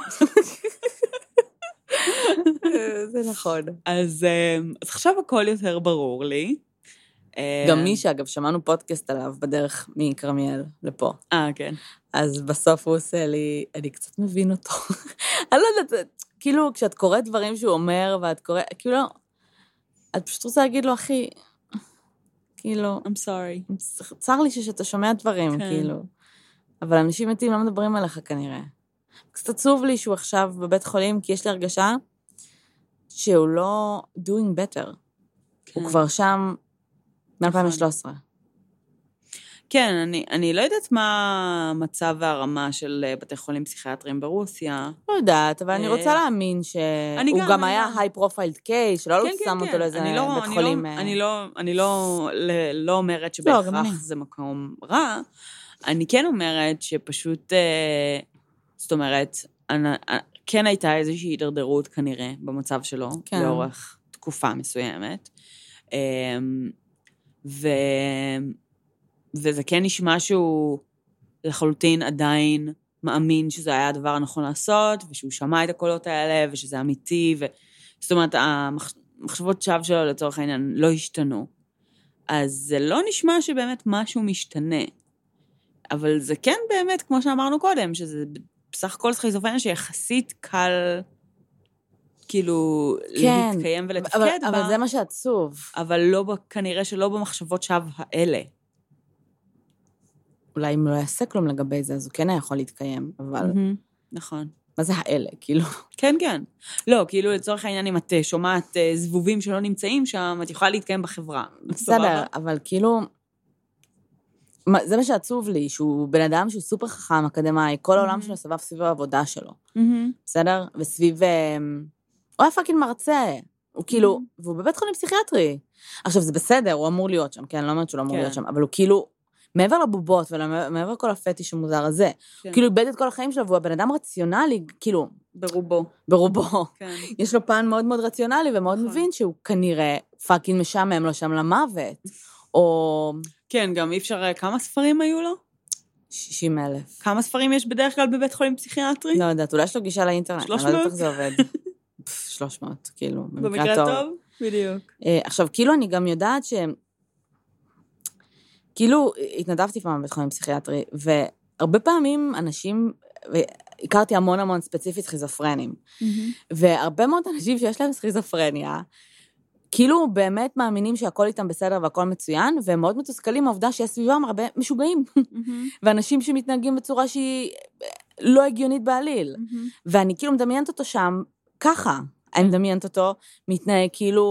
זה נכון. אז, אז עכשיו הכל יותר ברור לי. גם מי שאגב, שמענו פודקאסט עליו בדרך מקרמיאל לפה. אה, כן. אז בסוף הוא עושה לי, אני קצת מבין אותו. אני לא יודעת, כאילו, כשאת קוראת דברים שהוא אומר, ואת קוראת, כאילו, את פשוט רוצה להגיד לו, אחי, כאילו, I'm sorry. צר לי שאתה שומע דברים, כאילו. אבל אנשים מתים לא מדברים עליך כנראה. קצת עצוב לי שהוא עכשיו בבית חולים, כי יש לי הרגשה שהוא לא doing better. הוא כבר שם מ-אלפיים ושלוש עשרה. כן, אני, אני לא יודעת מה המצב והרמה של בתי חולים פסיכיאטריים ברוסיה. לא יודעת, אבל אני רוצה להאמין שהוא גם היה היי פרופיילד קייס, שלא שם אותו לאיזה בית חולים. אני לא אומרת שבהכרח זה מקום רע, אני כן אומרת שפשוט, זאת אומרת, כן הייתה איזושהי הידרדרות כנראה במצב שלו, לאורך תקופה מסוימת, ו... וזה כן נשמע שהוא לחלוטין עדיין מאמין שזה היה הדבר הנכון לעשות, ושהוא שמע את הקולות האלה, ושזה אמיתי, ו... זאת אומרת, המחשבות שווא שלו לצורך העניין לא השתנו. אז זה לא נשמע שבאמת משהו משתנה. אבל זה כן באמת, כמו שאמרנו קודם, שזה בסך הכל סכיזופרניה שיחסית קל, כאילו, כן, להתקיים ולתפקד אבל, בה. אבל זה מה שעצוב. אבל לא, כנראה שלא במחשבות שווא האלה. אולי אם לא יעשה כלום לגבי זה, אז הוא כן היה יכול להתקיים, אבל... נכון. מה זה האלה, כאילו? כן, כן. לא, כאילו, לצורך העניין, אם את שומעת זבובים שלא נמצאים שם, את יכולה להתקיים בחברה. בסדר, אבל כאילו... זה מה שעצוב לי, שהוא בן אדם שהוא סופר חכם, אקדמאי, כל העולם שלו סבב סביב העבודה שלו. בסדר? וסביב... הוא היה פאקינג מרצה. הוא כאילו... והוא בבית חולים פסיכיאטרי. עכשיו, זה בסדר, הוא אמור להיות שם, כן? אני לא אומרת שהוא לא אמור להיות שם, אבל הוא כאילו... מעבר לבובות ומעבר כל הפטיש המוזר הזה, הוא כאילו איבד את כל החיים שלו, והוא הבן אדם רציונלי, כאילו... ברובו. ברובו. יש לו פן מאוד מאוד רציונלי, ומאוד מבין שהוא כנראה פאקינג משעמם לו שם למוות. או... כן, גם אי אפשר... כמה ספרים היו לו? שישים אלף. כמה ספרים יש בדרך כלל בבית חולים פסיכיאטרי? לא יודעת, אולי יש לו גישה לאינטרנט. שלוש מאות? אני לא יודעת איך זה עובד. שלוש מאות, כאילו, במקרה טוב. בדיוק. עכשיו, כאילו אני גם יודעת ש... כאילו, התנדבתי פעם בבית חולים פסיכיאטרי, והרבה פעמים אנשים, והכרתי המון המון ספציפית סכיזופרנים, והרבה מאוד אנשים שיש להם סכיזופרניה, כאילו באמת מאמינים שהכל איתם בסדר והכל מצוין, והם מאוד מתוסכלים מהעובדה שיש סביבם הרבה משוגעים, ואנשים שמתנהגים בצורה שהיא לא הגיונית בעליל, ואני כאילו מדמיינת אותו שם ככה, אני מדמיינת אותו מתנהג כאילו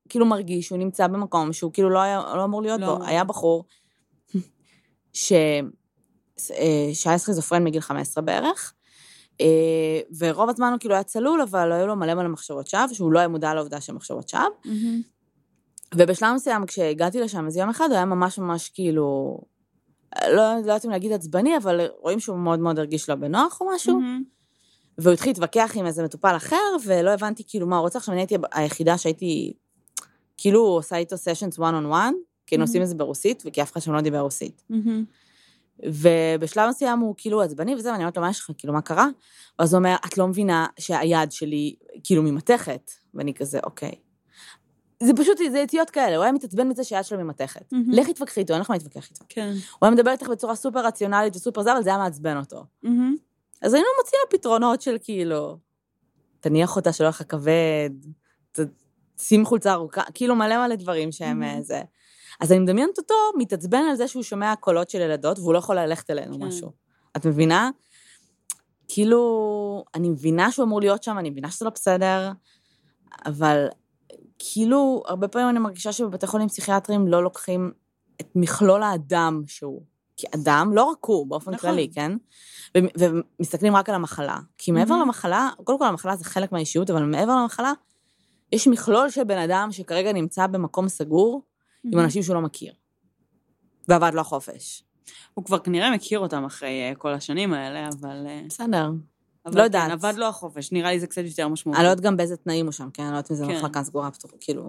כאילו מרגיש שהוא נמצא במקום שהוא כאילו לא היה, לא אמור להיות לא. בו. היה בחור ש... שהיה סכיזופרן מגיל חמש עשרה בערך, ורוב הזמן הוא כאילו היה צלול, אבל לא היו לו מלא מלא מחשבות שווא, שהוא לא היה מודע לעובדה של מחשבות שווא. ובשלב מסוים, כשהגעתי לשם, אז יום אחד הוא היה ממש ממש כאילו, לא יודעת אם להגיד עצבני, אבל רואים שהוא מאוד מאוד הרגיש לו בנוח או משהו, והוא התחיל להתווכח עם איזה מטופל אחר, ולא הבנתי כאילו מה הוא רוצה. עכשיו אני הייתי היחידה שהייתי, כאילו עושה איתו sessions one on one, כי עושים את זה ברוסית, וכי אף אחד שם לא דיבר רוסית. ובשלב מסוים הוא כאילו עצבני וזה, ואני אומרת לו, מה יש לך? כאילו, מה קרה? ואז הוא אומר, את לא מבינה שהיד שלי כאילו ממתכת. ואני כזה, אוקיי. זה פשוט, זה יתיות כאלה, הוא היה מתעצבן מזה שהיד שלו ממתכת. לך תתווכחי איתו, אין לך מה להתווכח איתו. כן. הוא היה מדבר איתך בצורה סופר רציונלית וסופר זה, אבל זה היה מעצבן אותו. אז היינו מוצאים פתרונות של כאילו, תניח אותה שלא לך כבד, שים חולצה ארוכה, כאילו מלא מלא דברים שהם זה. אז אני מדמיינת אותו, מתעצבן על זה שהוא שומע קולות של ילדות, והוא לא יכול ללכת אלינו משהו. את מבינה? כאילו, אני מבינה שהוא אמור להיות שם, אני מבינה שזה לא בסדר, אבל כאילו, הרבה פעמים אני מרגישה שבבתי חולים פסיכיאטריים לא לוקחים את מכלול האדם שהוא. כי אדם, לא רק הוא, באופן כללי, כן? ומסתכלים רק על המחלה. כי מעבר למחלה, קודם כל המחלה זה חלק מהאישיות, אבל מעבר למחלה, יש מכלול של בן אדם שכרגע נמצא במקום סגור, עם אנשים שהוא לא מכיר. ועבד לו החופש. הוא כבר כנראה מכיר אותם אחרי כל השנים האלה, אבל... בסדר. לא יודעת. כן, עבד לו החופש, נראה לי זה קצת יותר משמעותי. אני לא יודעת גם באיזה תנאים הוא שם, כן? אני לא יודעת מזה מחלקה סגורה, כאילו...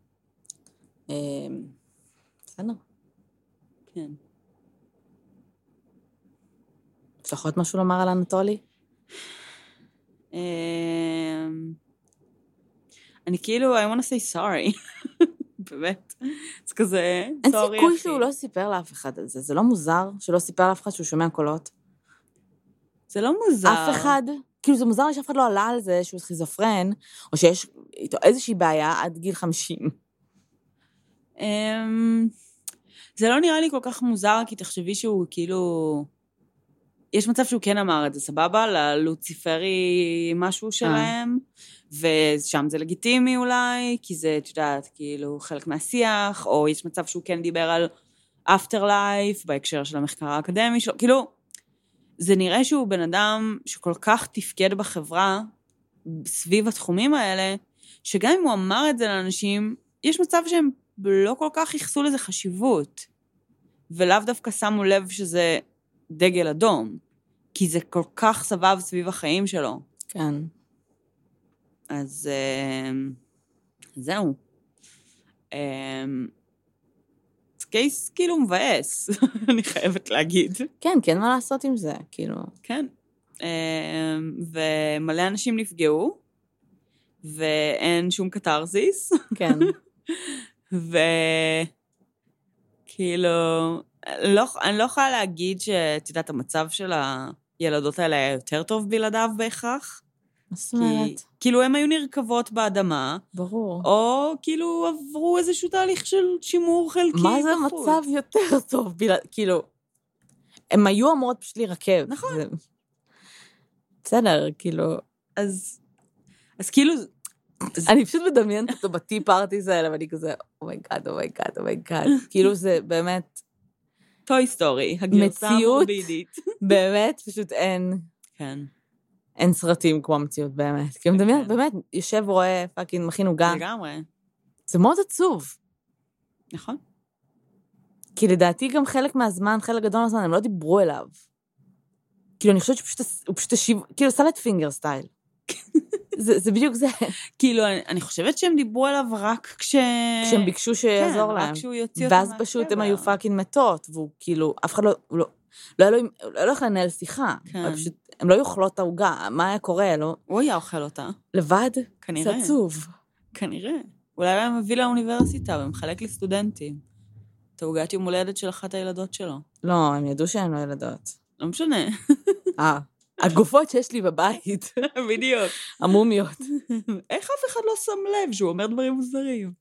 בסדר. כן. יש לך עוד משהו לומר על אנטולי? אני כאילו, I want to say sorry. באמת. זה כזה, אין סיכוי שהוא לא סיפר לאף אחד על זה. זה לא מוזר שלא סיפר לאף אחד שהוא שומע קולות? זה לא מוזר. אף אחד, כאילו זה מוזר לי שאף אחד לא עלה על זה שהוא סכיזופרן, או שיש איתו איזושהי בעיה עד גיל חמישים. זה לא נראה לי כל כך מוזר, כי תחשבי שהוא כאילו... יש מצב שהוא כן אמר את זה, סבבה? ללוציפרי משהו שלהם, ושם זה לגיטימי אולי, כי זה, את יודעת, כאילו חלק מהשיח, או יש מצב שהוא כן דיבר על afterlife, בהקשר של המחקר האקדמי שלו, כאילו, זה נראה שהוא בן אדם שכל כך תפקד בחברה, סביב התחומים האלה, שגם אם הוא אמר את זה לאנשים, יש מצב שהם לא כל כך יחסו לזה חשיבות, ולאו דווקא שמו לב שזה דגל אדום, כי זה כל כך סבב סביב החיים שלו. כן. אז זהו. זה קייס כאילו מבאס, אני חייבת להגיד. כן, כן, מה לעשות עם זה, כאילו. כן. ומלא אנשים נפגעו, ואין שום קטרזיס. כן. וכאילו, לא, אני לא יכולה להגיד שאת יודעת, המצב של הילדות האלה היה יותר טוב בלעדיו בהכרח. מסמרת. כאילו הם היו נרכבות באדמה. ברור. או כאילו עברו איזשהו תהליך של שימור חלקי. מה זה מצב יותר טוב בלעד, כאילו, הם היו אמורות פשוט להירקב. נכון. זה... בסדר, כאילו. אז, אז כאילו... אני פשוט מדמיינת אותו בטי פארטיז האלה, ואני כזה, אומייגאד, אומייגאד, אומייגאד. כאילו זה באמת... טוי סטורי, הגרסה המורבידית. באמת, פשוט אין... כן. אין סרטים כמו המציאות, באמת. כי מדמיין, באמת, יושב ורואה, פאקינג, מכין עוגה. לגמרי. זה מאוד עצוב. נכון. כי לדעתי גם חלק מהזמן, חלק גדול מהזמן, הם לא דיברו אליו. כאילו, אני חושבת שהוא פשוט השיב, כאילו, סלט פינגר סטייל. זה, זה בדיוק זה. כאילו, אני, אני חושבת שהם דיברו עליו רק כש... כשהם ביקשו שיעזור כן, להם. רק כשהוא יוציא אותם ואז פשוט הם היו פאקינג מתות, והוא כאילו, אף אחד לא, לא, לא, לא, לא, לא יכול לנהל שיחה. כן. פשוט, הם לא יאכלו את העוגה, מה היה קורה? לא... הוא היה אוכל אותה. לבד? כנראה. זה עצוב. כנראה. אולי היה מביא לאוניברסיטה ומחלק לסטודנטים. את העוגת יום הולדת של אחת הילדות שלו. לא, הם ידעו שהן לא ילדות. לא משנה. אה. הגופות שיש לי בבית. בדיוק. המומיות. איך אף אחד לא שם לב שהוא אומר דברים מוזרים?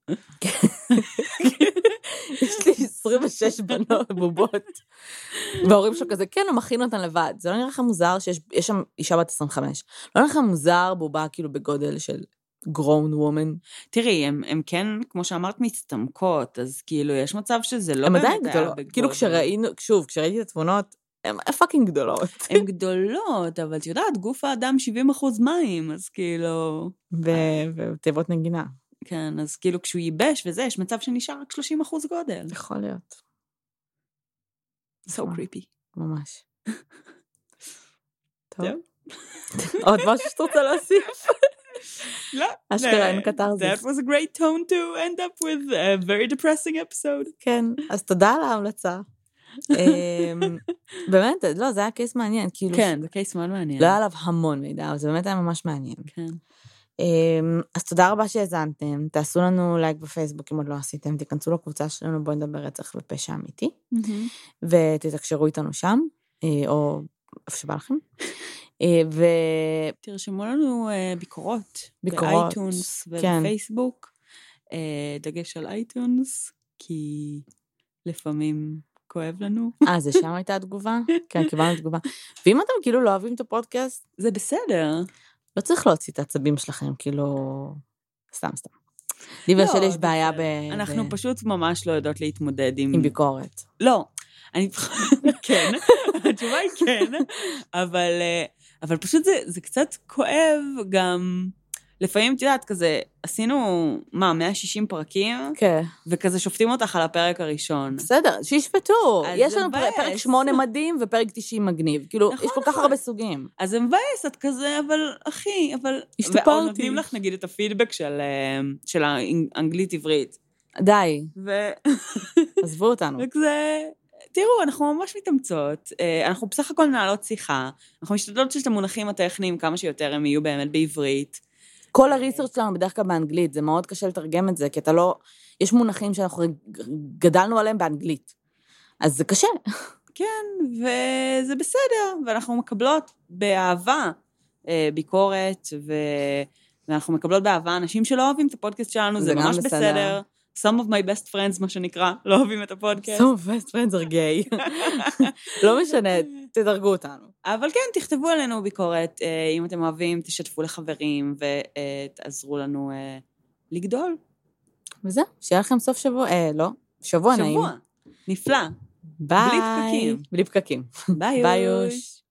יש לי עשרים ושש בנות בובות. וההורים שלו כזה, כן, הוא מכין אותן לבד. זה לא נראה לך מוזר שיש שם אישה בת עשרים וחמש. לא נראה לך מוזר בובה כאילו בגודל של grown woman. תראי, הם כן, כמו שאמרת, מצטמקות, אז כאילו, יש מצב שזה לא הם באמת עדיין גדולות. כאילו כשראינו, שוב, כשראיתי את התמונות, הן פאקינג גדולות. הן גדולות, אבל את יודעת, גוף האדם שבעים אחוז מים, אז כאילו... ותיבות נגינה. כן, אז כאילו כשהוא ייבש וזה, יש מצב שנשאר רק שלושים אחוז גודל. יכול להיות. So creepy. ממש. טוב. עוד משהו שאתה רוצה להוסיף? לא. אשכרה, אין קטרזיס. That was a great tone to end up with a very depressing episode. כן, אז תודה על ההמלצה. באמת, לא, זה היה קייס מעניין. כן, זה קייס מאוד מעניין. לא היה עליו המון מידע, אבל זה באמת היה ממש מעניין. כן. אז תודה רבה שהזנתם, תעשו לנו לייק בפייסבוק אם עוד לא עשיתם, תיכנסו לקבוצה שלנו, בואי נדבר רצח ופשע אמיתי, ותתקשרו איתנו שם, או איפה שבא לכם. תרשמו לנו ביקורות, ביקורות, באייטונס ובפייסבוק, דגש על אייטונס, כי לפעמים כואב לנו. אה, זה שם הייתה התגובה? כן, קיבלנו תגובה. ואם אתם כאילו לא אוהבים את הפודקאסט, זה בסדר. לא צריך להוציא את העצבים שלכם, כאילו, סתם סתם. לי ושלי יש בעיה ב... אנחנו פשוט ממש לא יודעות להתמודד עם... עם ביקורת. לא, אני... כן, התשובה היא כן, אבל, אבל פשוט זה, זה קצת כואב גם... לפעמים, את יודעת, כזה, עשינו, מה, מאה ושישים פרקים? כן. וכזה שופטים אותך על הפרק הראשון. בסדר, שישפטו. יש לנו פרק שמונה מדהים ופרק תשעים מגניב. כאילו, יש כל כך הרבה סוגים. אז זה מבאס, את כזה, אבל, אחי, אבל... השתפרתי. ועוד נותנים לך, נגיד, את הפידבק של, של האנגלית עברית. די. ו... עזבו אותנו. וכזה... תראו, אנחנו ממש מתאמצות, אנחנו בסך הכל נעלות שיחה, אנחנו משתדלות שאת המונחים הטכניים כמה שיותר הם יהיו באמת בעברית. כל הריסרצ' שלנו בדרך כלל באנגלית, זה מאוד קשה לתרגם את זה, כי אתה לא, יש מונחים שאנחנו גדלנו עליהם באנגלית, אז זה קשה. כן, וזה בסדר, ואנחנו מקבלות באהבה ביקורת, ואנחנו מקבלות באהבה אנשים שלא אוהבים את הפודקאסט שלנו, זה ממש בסדר. Some of my best friends, מה שנקרא, לא אוהבים את הפודקאסט. Some of best friends are gay. לא משנה, תדרגו אותנו. אבל כן, תכתבו עלינו ביקורת, אם אתם אוהבים, תשתפו לחברים, ותעזרו לנו לגדול. וזה, שיהיה לכם סוף שבוע, אה, לא, שבוע נעים. שבוע, נפלא. ביי. בלי פקקים. בלי פקקים. ביי יוש.